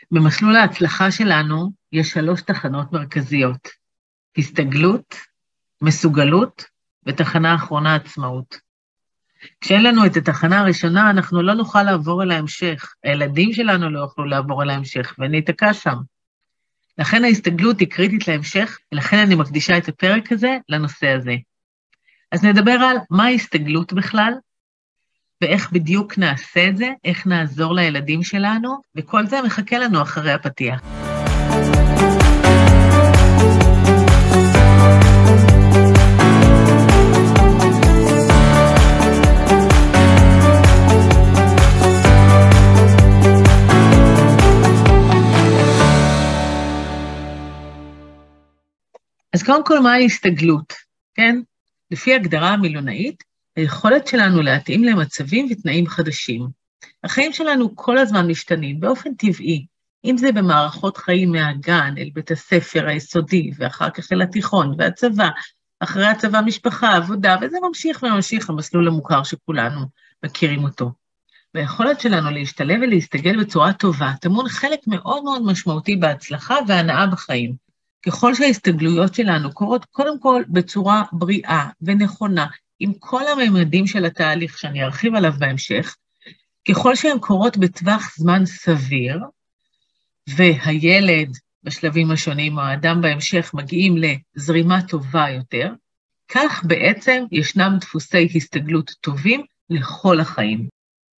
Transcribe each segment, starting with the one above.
במסלול ההצלחה שלנו יש 3 תחנות מרכזיות, הסתגלות, מסוגלות ותחנה אחרונה עצמאות. כשאין לנו את התחנה הראשונה, אנחנו לא נוכל לעבור אל ההמשך, הילדים שלנו לא יוכלו לעבור אל ההמשך, וניתקע שם. לכן ההסתגלות היא קריטית להמשך, ולכן אני מקדישה את הפרק הזה לנושא הזה. אז נדבר על מה ההסתגלות בכלל, ואיך בדיוק נעשה את זה, איך נעזור לילדים שלנו, וכל זה מחכה לנו אחרי הפתיח. אז קודם כל, מהי הסתגלות? כן? לפי הגדרה המילונאית, היכולת שלנו להתאים למצבים ותנאים חדשים. החיים שלנו כל הזמן משתנים באופן טבעי, אם זה במערכות חיים מהגן אל בית הספר היסודי, ואחר כך אל התיכון והצבא, אחרי הצבא משפחה, עבודה, וזה ממשיך וממשיך המסלול המוכר שכולנו מכירים אותו. והיכולת שלנו להשתלב ולהסתגל בצורה טובה, טמון חלק מאוד מאוד משמעותי בהצלחה והנאה בחיים. ככל שההסתגלויות שלנו קורות קודם כל בצורה בריאה ונכונה, עם כל הממדים של התהליך שאני ארחיב עליו בהמשך, ככל שהן קורות בטווח זמן סביר, והילד בשלבים השונים או האדם בהמשך מגיעים לזרימה טובה יותר, כך בעצם ישנם דפוסי הסתגלות טובים לכל החיים.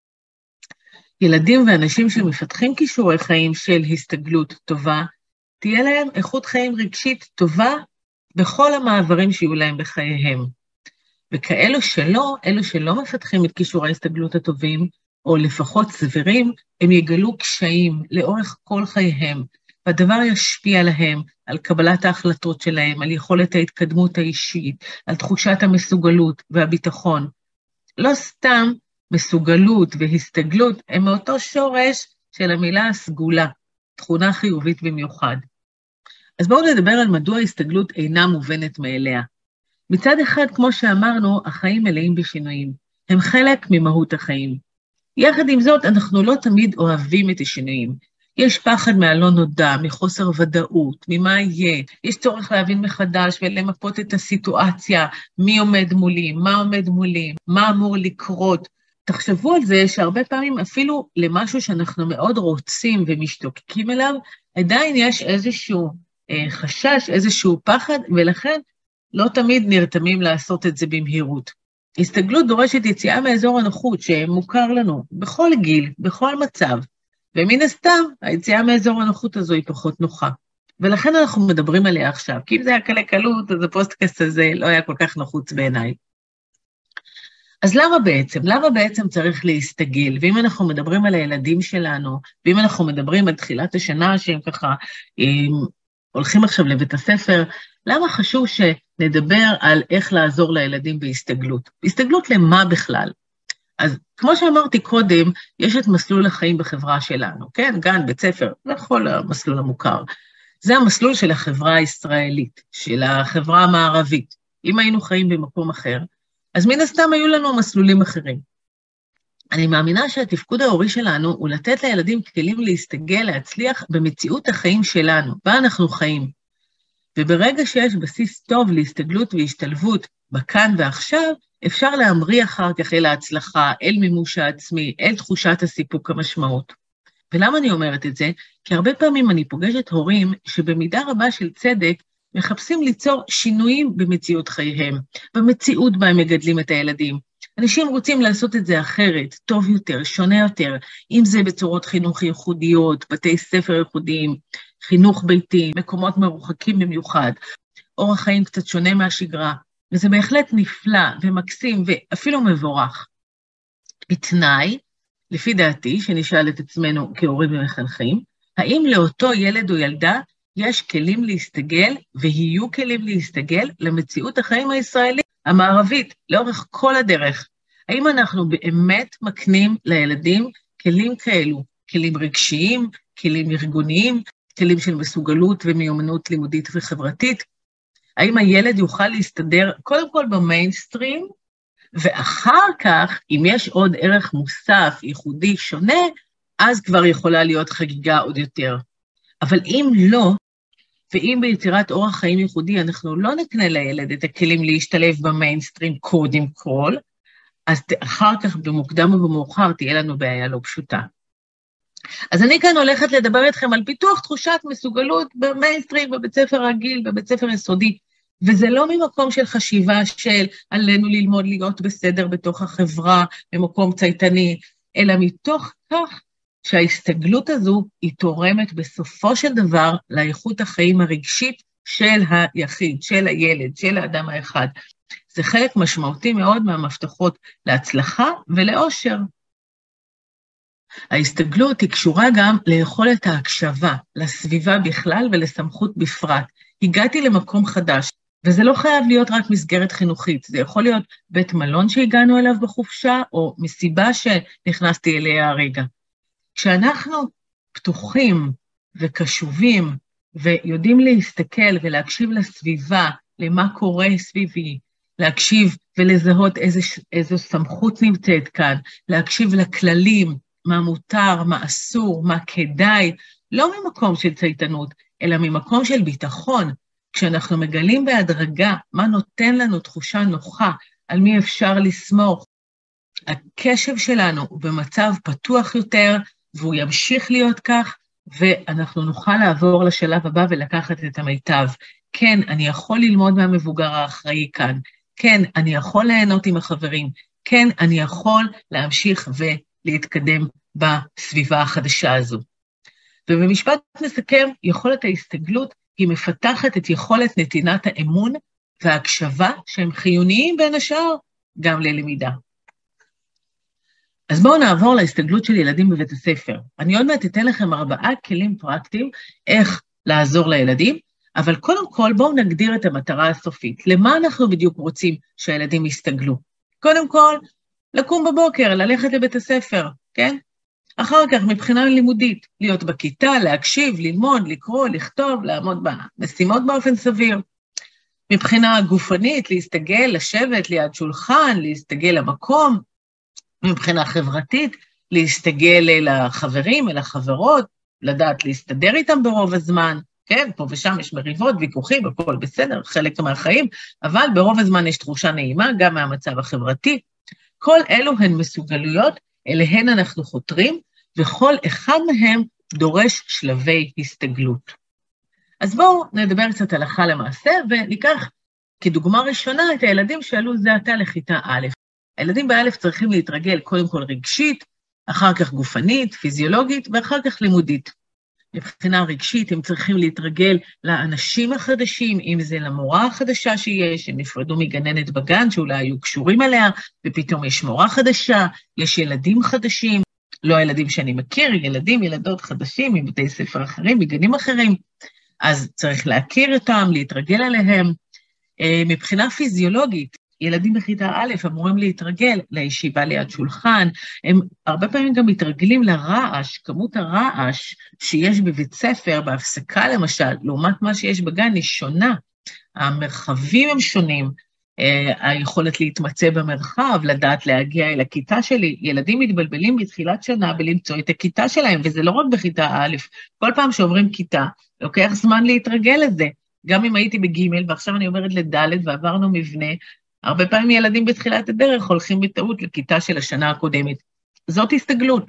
ילדים ואנשים שמפתחים כישורי חיים של הסתגלות טובה, תהיה להם איכות חיים רגשית טובה בכל המעברים שיהיו להם בחייהם. וכאלו שלא, אלו שלא מפתחים את כישורי ההסתגלות הטובים, או לפחות סבירים, הם יגלו קשיים לאורך כל חייהם, והדבר ישפיע להם על קבלת ההחלטות שלהם, על יכולת ההתקדמות האישית, על תחושת המסוגלות והביטחון. לא סתם מסוגלות והסתגלות הם מאותו שורש של המילה הסגולה, תכונה חיובית במיוחד. אז בואו נדבר על מדוע ההסתגלות אינה מובנת מאליה. מצד אחד, כמו שאמרנו, החיים מלאים בשינויים. הם חלק ממהות החיים. יחד עם זאת, אנחנו לא תמיד אוהבים את השינויים. יש פחד מהלא נודע, מחוסר ודאות, ממה יהיה. יש צורך להבין מחדש ולמפות את הסיטואציה, מי עומד מולי, מה עומד מולי, מה אמור לקרות. תחשבו על זה שהרבה פעמים אפילו למשהו שאנחנו מאוד רוצים ומשתוקקים אליו, עדיין יש איזשהו חשש, איזשהו פחד, ולכן לא תמיד נרתמים לעשות את זה במהירות. הסתגלות דורשת יציאה מאזור הנוחות שמוכר לנו בכל גיל, בכל מצב, ומן הסתם היציאה מאזור הנוחות הזו היא פחות נוחה. ולכן אנחנו מדברים עליה עכשיו, כי אם זה היה קלה קלות, אז הפודקאסט הזה לא היה כל כך נחוץ בעיניי. אז למה בעצם צריך להסתגל? ואם אנחנו מדברים על הילדים שלנו, ואם אנחנו מדברים על תחילת השנה שהם ככה הולכים עכשיו לבית הספר, למה חשוב שנדבר על איך לעזור לילדים בהסתגלות? הסתגלות למה בכלל? אז כמו שאמרתי קודם, יש את מסלול החיים בחברה שלנו, כן? גן, בית ספר, לכל המסלול המוכר. זה המסלול של החברה הישראלית, של החברה המערבית. אם היינו חיים במקום אחר, אז מן הסתם היו לנו מסלולים אחרים. אני מאמינה שהתפקוד ההורי שלנו הוא לתת לילדים כלים להסתגל, להצליח במציאות החיים שלנו, בה אנחנו חיים. וברגע שיש בסיס טוב להסתגלות והשתלבות בכאן ועכשיו, אפשר להמריא אחר כך אל ההצלחה, אל מימוש העצמי, אל תחושת הסיפוק המשמעות. ולמה אני אומרת את זה? כי הרבה פעמים אני פוגשת הורים שבמידה רבה של צדק, מחפשים ליצור שינויים במציאות חייהם, במציאות בה הם מגדלים את הילדים. אנשים רוצים לעשות את זה אחרת, טוב יותר, שונה יותר, אם זה בצורות חינוך ייחודיות, בתי ספר ייחודיים, חינוך ביתי, מקומות מרוחקים במיוחד, אורח חיים קצת שונה מהשגרה, וזה בהחלט נפלא ומקסים ואפילו מבורך. בתנאי, לפי דעתי, שנשאל את עצמנו כהורים ומחנכים, האם לאותו ילד או ילדה יש כלים להסתגל, ויהיו כלים להסתגל למציאות החיים הישראלית המערבית, לאורך כל הדרך. האם אנחנו באמת מקנים לילדים כלים כאלו, כלים רגשיים, כלים ארגוניים, כלים של מסוגלות ומיומנות לימודית וחברתית? האם הילד יוכל להסתדר קודם כל במיינסטרים, ואחר כך, אם יש עוד ערך מוסף, ייחודי, שונה, אז כבר יכולה להיות חגיגה עוד יותר. אבל אם לא, ואם ביצירת אורח חיים ייחודי אנחנו לא נקנה לילד את הכלים להשתלב במיינסטרים קודם כל, אז אחר כך במוקדם ובמאוחר תהיה לנו בעיה לא פשוטה. אז אני כאן הולכת לדבר איתכם על פיתוח תחושת מסוגלות במיינסטרים, בבית ספר רגיל, בבית ספר יסודי, וזה לא ממקום של חשיבה של עלינו ללמוד להיות בסדר בתוך החברה, במקום צייתני, אלא מתוך כך שההסתגלות הזו היא תורמת בסופו של דבר לאיכות החיים הרגשית של היחיד, של הילד, של האדם האחד. זה חלק משמעותי מאוד מהמפתחות להצלחה ולאושר. ההסתגלות היא קשורה גם ליכולת ההקשבה, לסביבה בכלל ולסמכות בפרט. הגעתי למקום חדש, וזה לא חייב להיות רק מסגרת חינוכית, זה יכול להיות בית מלון שהגענו אליו בחופשה, או מסיבה שנכנסתי אליה הרגע. כשאנחנו פתוחים וקשובים, ויודעים להסתכל ולהקשיב לסביבה, למה קורה סביבי, להקשיב ולזהות איזו סמכות נמצאת כאן, להקשיב לכללים, מה מותר, מה אסור, מה כדאי, לא ממקום של צייתנות, אלא ממקום של ביטחון, כשאנחנו מגלים בהדרגה מה נותן לנו תחושה נוחה, על מי אפשר לסמוך, הקשב שלנו הוא במצב פתוח יותר, והוא ימשיך להיות כך, ואנחנו נוכל לעבור לשלב הבא ולקחת את המיטב. כן, אני יכול ללמוד מהמבוגר האחראי כאן, כן, אני יכול ליהנות עם החברים, כן, אני יכול להמשיך ולהתקדם בסביבה החדשה הזו. ובמשפט מסכם, יכולת ההסתגלות היא מפתחת את יכולת נתינת האמון וההקשבה שהם חיוניים בין השאר גם ללמידה. אז בואו נעבור להסתגלות של ילדים בבית הספר. אני עוד מעט אתן לכם 4 כלים פרקטיים איך לעזור לילדים, אבל קודם כל בואו נגדיר את המטרה הסופית. למה אנחנו בדיוק רוצים שהילדים יסתגלו? קודם כל, לקום בבוקר, ללכת לבית הספר, כן? אחר כך מבחינה לימודית, להיות בכיתה, להקשיב, ללמוד, לקרוא, לכתוב, לעמוד במשימות באופן סביר. מבחינה גופנית, להסתגל, לשבת ליד שולחן, להסתגל למקום. מבחינה חברתית, להסתגל אל החברים, אל החברות, לדעת להסתדר איתם ברוב הזמן, כן, פה ושם יש מריבות, ויכוחים, הכל בסדר, חלק מהחיים, אבל ברוב הזמן יש תחושה נעימה, גם מהמצב החברתי. כל אלו הן מסוגלויות, אליהן אנחנו חותרים, וכל אחד מהם דורש שלבי הסתגלות. אז בואו נדבר קצת הלכה למעשה, וניקח כדוגמה ראשונה את הילדים שעלו זה עתה לכיתה א'. הילדים באלף צריכים להתרגל קודם כל רגשית, אחר כך גופנית, פיזיולוגית, ואחר כך לימודית. מבחינה רגשית הם צריכים להתרגל לאנשים החדשים, אם זה למורה החדשה שיש, הם נפרדו מגננת בגן שאולי היו קשורים אליה, ופתאום יש מורה חדשה, יש ילדים חדשים, לא הילדים שאני מכיר, ילדים, ילדות חדשים מבתי ספר אחרים, מגנים אחרים, אז צריך להכיר אותם, להתרגל עליהם. מבחינה פיזיולוגית, ילדים בכיתה א' אמורים להתרגל לישיבה ליד שולחן, הם הרבה פעמים גם מתרגלים לרעש, כמות הרעש שיש בבית ספר, בהפסקה למשל, לעומת מה שיש בגן היא שונה, המרחבים הם שונים, היכולת להתמצא במרחב, לדעת להגיע אל הכיתה שלי, ילדים מתבלבלים בתחילת שנה בלמצוא את הכיתה שלהם, וזה לא רק בכיתה א', כל פעם שעוברים כיתה, לוקח זמן להתרגל לזה, גם אם הייתי בג' ועכשיו אני עוברת לד' ועברנו מבנה, הרבה פעמים ילדים בתחילת הדרך הולכים בטעות לכיתה של השנה הקודמת. זאת הסתגלות.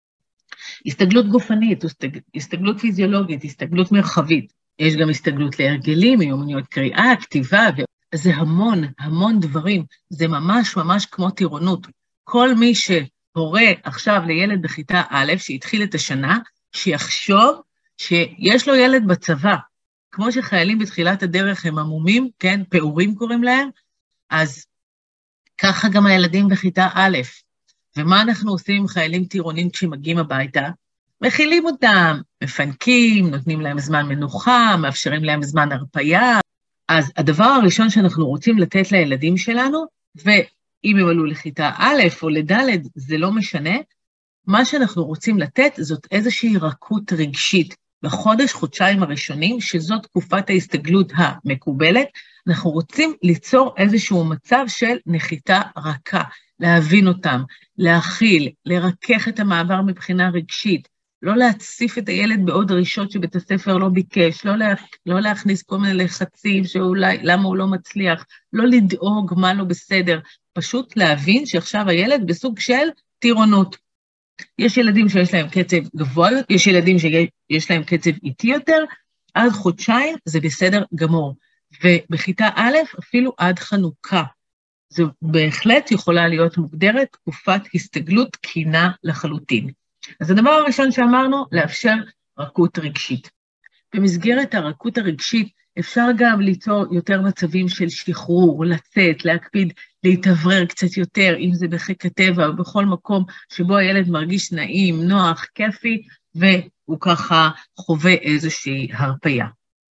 הסתגלות גופנית, הסתגלות פיזיולוגית, הסתגלות מרחבית. יש גם הסתגלות להרגלים, מיומנויות קריאה, כתיבה, זה המון, המון דברים. זה ממש ממש כמו טירונות. כל מי שהורה עכשיו לילד בכיתה א', שהתחיל את השנה, שיחשוב שיש לו ילד בצבא. כמו שחיילים בתחילת הדרך הם עמומים, כן, פעורים קוראים להם, אז ככה גם הילדים בכיתה א', ומה אנחנו עושים עם חיילים טירונים כשמגיעים הביתה? מכילים אותם, מפנקים, נותנים להם זמן מנוחה, מאפשרים להם זמן הרפאיה. אז הדבר הראשון שאנחנו רוצים לתת לילדים שלנו, ואם הם עלו לכיתה א' או לד', זה לא משנה, מה שאנחנו רוצים לתת זאת איזושהי רכות רגשית, בחודש, חודשיים הראשונים, שזו תקופת ההסתגלות המקובלת, אנחנו רוצים ליצור איזשהו מצב של נחיתה רכה, להבין אותם, להכיל, לרכך את המעבר מבחינה רגשית, לא להציף את הילד בעוד דרישות שבית הספר לא ביקש, לא להכניס כל מיני לחצים שאולי, למה הוא לא מצליח, לא לדאוג מה לא בסדר, פשוט להבין שעכשיו הילד בסוג של טירונות. יש ילדים שיש להם קצב גבוה יותר, יש ילדים שיש להם קצב איטי יותר, עד חודשיים זה בסדר גמור, ובכיתה א' אפילו עד חנוכה. זו בהחלט יכולה להיות מוגדרת תקופת הסתגלות תקינה לחלוטין. אז הדבר הראשון שאמרנו, לאפשר רכות רגשית. במסגרת הרכות הרגשית אפשר גם ליצור יותר מצבים של שחרור, לצאת, להקפיד, להתאוורר קצת יותר, אם זה בחיק הטבע או בכל מקום שבו הילד מרגיש נעים, נוח, כיפי, והוא ככה חווה איזושהי הרפיה.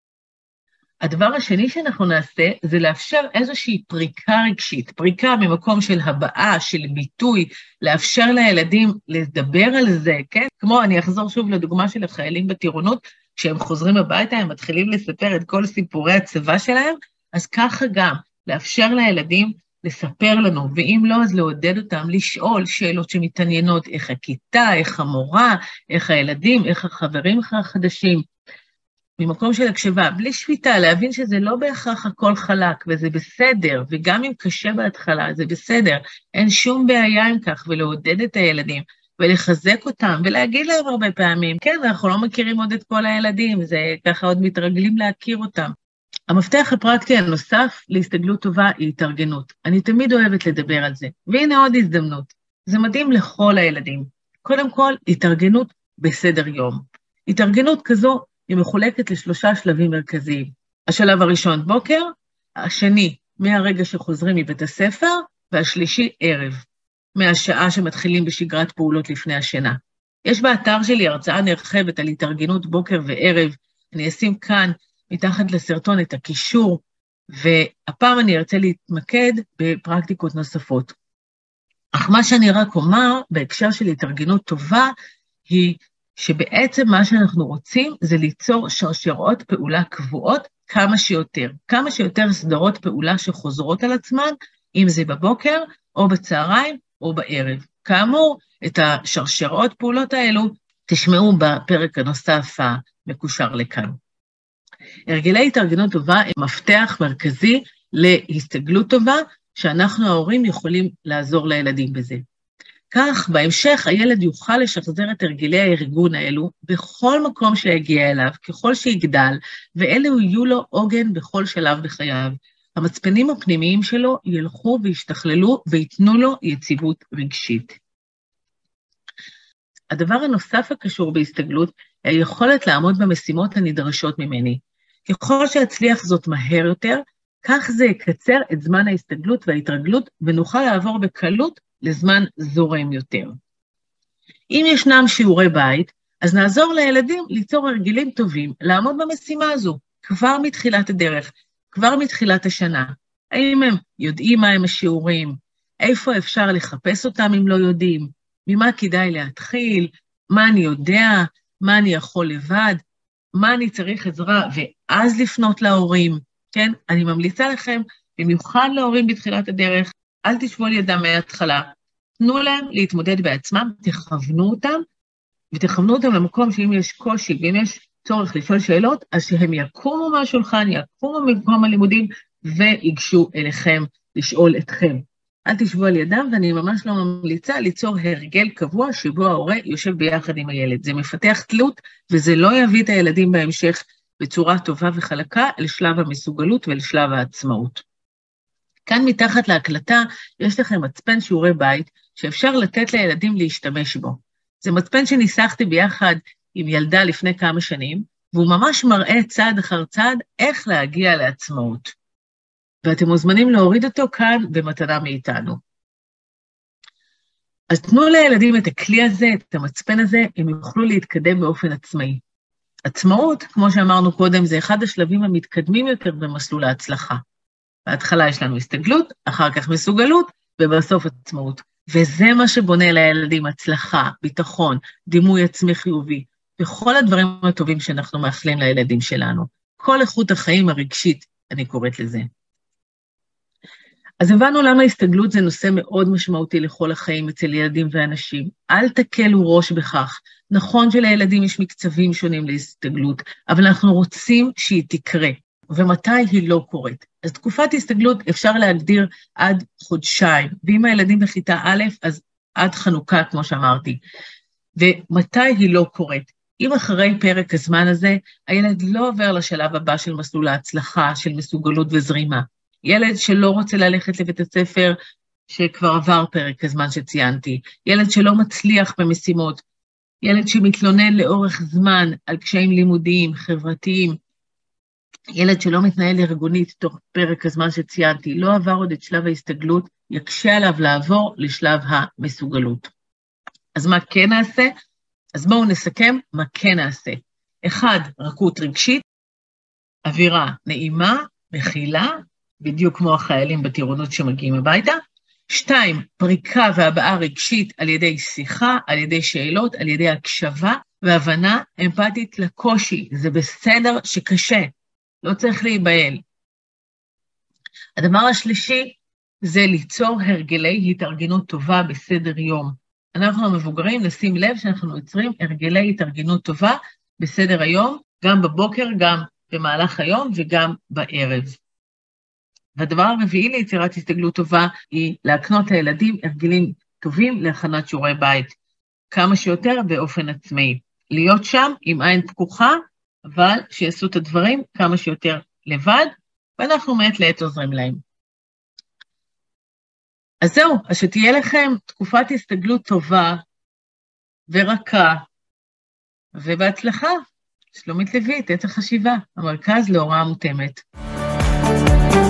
הדבר השני שאנחנו נעשה זה לאפשר איזושהי פריקה רגשית, פריקה ממקום של הבעה, של ביטוי, לאפשר לילדים לדבר על זה, כן? כמו אני אחזור שוב לדוגמה של החיילים בטירונות, כשהם חוזרים הביתה, הם מתחילים לספר את כל סיפורי הצבא שלהם, אז ככה גם לאפשר לילדים לספר לנו, ואם לא, אז לעודד אותם לשאול שאלות שמתעניינות, איך הכיתה, איך המורה, איך הילדים, איך החברים החדשים, ממקום של הקשבה, בלי שביטה, להבין שזה לא בהכרח הכל חלק, וזה בסדר, וגם אם קשה בהתחלה, זה בסדר, אין שום בעיה עם כך, ולעודד את הילדים, ולחזק אותם, ולהגיד להם הרבה פעמים, כן, אנחנו לא מכירים עוד את כל הילדים, זה ככה עוד מתרגלים להכיר אותם. המפתח הפרקטי הנוסף להסתגלות טובה היא התארגנות. אני תמיד אוהבת לדבר על זה, והנה עוד הזדמנות. זה מדהים לכל הילדים. קודם כל, התארגנות בסדר יום. התארגנות כזו היא מחולקת לשלושה שלבים מרכזיים. השלב הראשון בוקר, השני מהרגע שחוזרים מבית הספר, והשלישי ערב, מהשעה שמתחילים בשגרת פעולות לפני השינה. יש באתר שלי הרצאה נרחבת על התארגנות בוקר וערב, אני אשים כאן מתחת לסרטון את הקישור, והפעם אני ארצה להתמקד בפרקטיקות נוספות. אך מה שאני רק אומר בהקשר של התארגנות טובה, היא שבעצם מה שאנחנו רוצים זה ליצור שרשרות פעולה קבועות כמה שיותר סדרות פעולה שחוזרות על עצמן, אם זה בבוקר או בצהריים או בערב. כאמור, את השרשרות פעולות האלו תשמעו בפרק הנוסף המקושר לכאן. הרגלי התארגנות טובה הם מפתח מרכזי להסתגלות טובה, שאנחנו ההורים יכולים לעזור לילדים בזה. כך, בהמשך הילד יוכל לשחזר את הרגלי הארגון האלו בכל מקום שיגיע אליו, ככל שיגדל, ואלו יהיו לו עוגן בכל שלב בחייו. המצפנים הפנימיים שלו ילכו וישתכללו ויתנו לו יציבות רגשית. הדבר הנוסף הקשור בהסתגלות, היא היכולת לעמוד במשימות הנדרשות ממני. ככל שאצליח זאת מהר יותר, כך זה יקצר את זמן ההסתגלות וההתרגלות, ונוכל לעבור בקלות לזמן זורם יותר. אם ישנם שיעורי בית, אז נעזור לילדים ליצור הרגלים טובים, לעמוד במשימה הזו, כבר מתחילת הדרך, כבר מתחילת השנה. האם הם יודעים מה הם השיעורים? איפה אפשר לחפש אותם אם לא יודעים? ממה כדאי להתחיל? מה אני יודע? מה אני יכול לבד? מה אני צריך עזרה? ואז לפנות להורים. כן? אני ממליצה לכם, במיוחד להורים בתחילת הדרך, אל תשבו על ידם מההתחלה. תנו להם להתמודד בעצמם, תכוונו אותם, ותכוונו אותם למקום שאם יש קושי, ואם יש צורך לשאול שאלות, אז שהם יקומו מהשולחן, יקומו ממקום הלימודים, ויגשו אליכם לשאול אתכם. אל תשבו על ידם, ואני ממש לא ממליצה ליצור הרגל קבוע, שבו ההורה יושב ביחד עם הילד. זה מפתח תלות, וזה לא יביא את הילדים בהמשך בצורה טובה וחלקה, לשלב המסוגלות ולשלב העצמאות. כאן מתחת להקלטה, יש לכם מצפן שיעורי בית, שאפשר לתת לילדים להשתמש בו. זה מצפן שניסחתי ביחד עם ילדה לפני כמה שנים, והוא ממש מראה צעד אחר צעד איך להגיע לעצמאות. ואתם מוזמנים להוריד אותו כאן במתנה מאיתנו. אז תנו לילדים את הכלי הזה, את המצפן הזה, הם יוכלו להתקדם באופן עצמאי. עצמאות, כמו שאמרנו קודם, זה אחד השלבים המתקדמים יותר במסלול ההצלחה. בהתחלה יש לנו הסתגלות, אחר כך מסוגלות, ובסוף עצמאות. וזה מה שבונה לילדים הצלחה, ביטחון, דימוי עצמי חיובי. בכל הדברים הטובים שאנחנו מאחלים לילדים שלנו. כל איכות החיים הרגשית, אני קוראת לזה. אז הבנו למה הסתגלות זה נושא מאוד משמעותי לכל החיים אצל ילדים ואנשים. אל תקלו ראש בכך. נכון שלילדים יש מקצבים שונים להסתגלות, אבל אנחנו רוצים שהיא תקרה, ומתי היא לא קורית. אז תקופת הסתגלות אפשר להגדיר עד חודשיים, ואם הילדים בכיתה א', אז עד חנוכה, כמו שאמרתי. ומתי היא לא קורית? אם אחרי פרק הזמן הזה, הילד לא עובר לשלב הבא של מסלול ההצלחה, של מסוגלות וזרימה. ילד שלא רוצה ללכת לבית הספר, שכבר עבר פרק הזמן שציינתי. ילד שלא מצליח במשימות. ילד שמתלונן לאורך זמן על קשיים לימודיים, חברתיים. ילד שלא מתנהל ארגונית תוך פרק הזמן שציינתי, לא עבר עוד את שלב ההסתגלות, יקשה עליו לעבור לשלב המסוגלות. אז מה כן נעשה? אז בואו נסכם מה כן נעשה. 1, רכות רגשית, אווירה נעימה, מכילה, בדיוק כמו החיילים בטירונות שמגיעים הביתה. 2, פריקה והבעה רגשית על ידי שיחה, על ידי שאלות, על ידי הקשבה והבנה אמפתית לקושי. זה בסדר שקשה, לא צריך להיבהל. הדבר השלישי זה ליצור הרגלי התארגנות טובה בסדר יום. אנחנו המבוגרים נשים לב שאנחנו יוצרים הרגלי התארגנות טובה בסדר היום, גם בבוקר, גם במהלך היום וגם בערב. והדבר הרביעי ליצירת הסתגלות טובה היא להקנות לילדים הרגלים טובים להכנת שיעורי בית, כמה שיותר באופן עצמאי. להיות שם עם עין פקוחה, אבל שיעשו את הדברים כמה שיותר לבד, ואנחנו מעט לעת עוזרים להם. אז זהו, אז שתהיה לכם תקופת הסתגלות טובה ורכה, ובהצלחה. שלומית לויט, עץ החשיבה, המרכז להוראה מותאמת.